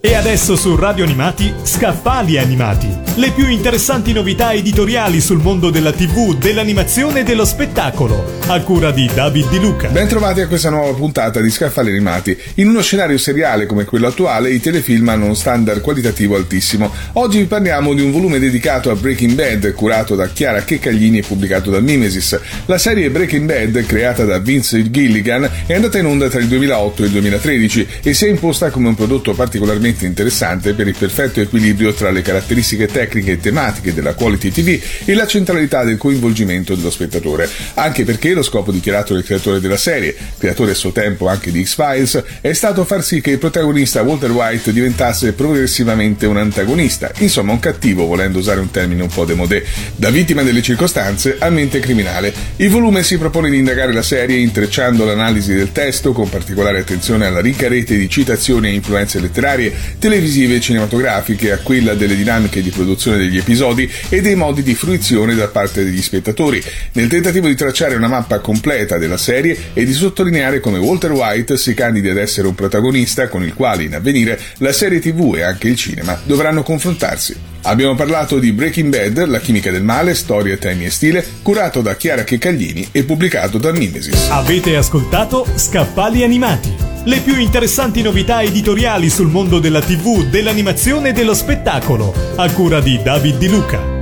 E adesso su Radio Animati, Scaffali Animati. Le più interessanti novità editoriali sul mondo della TV, dell'animazione e dello spettacolo, a cura di David Di Luca. Ben trovati a questa nuova puntata di Scaffali Animati. In uno scenario seriale come quello attuale, i telefilm hanno uno standard qualitativo altissimo. Oggi vi parliamo di un volume dedicato a Breaking Bad, curato da Chiara Checcaglini e pubblicato da Mimesis. La serie Breaking Bad, creata da Vince Gilligan, è andata in onda tra il 2008 e il 2013 e si è imposta come un prodotto particolarmente interessante per il perfetto equilibrio tra le caratteristiche tecniche e tematiche della quality TV e la centralità del coinvolgimento dello spettatore, anche perché lo scopo dichiarato del creatore della serie, creatore a suo tempo anche di X-Files, è stato far sì che il protagonista Walter White diventasse progressivamente un antagonista, insomma un cattivo, volendo usare un termine un po' démodé, da vittima delle circostanze a mente criminale. Il volume si propone di indagare la serie intrecciando l'analisi del testo con particolare attenzione alla ricca rete di citazioni e influenze letterarie, televisive e cinematografiche, a quella delle dinamiche di produzione degli episodi e dei modi di fruizione da parte degli spettatori, nel tentativo di tracciare una mappa completa della serie e di sottolineare come Walter White si candidi ad essere un protagonista con il quale in avvenire la serie TV e anche il cinema dovranno confrontarsi. Abbiamo parlato di Breaking Bad, la chimica del male, storia, temi e stile, curato da Chiara Checcaglini e pubblicato da Mimesis. Avete ascoltato Scaffali Animati. Le più interessanti novità editoriali sul mondo della TV, dell'animazione e dello spettacolo, a cura di David Di Luca.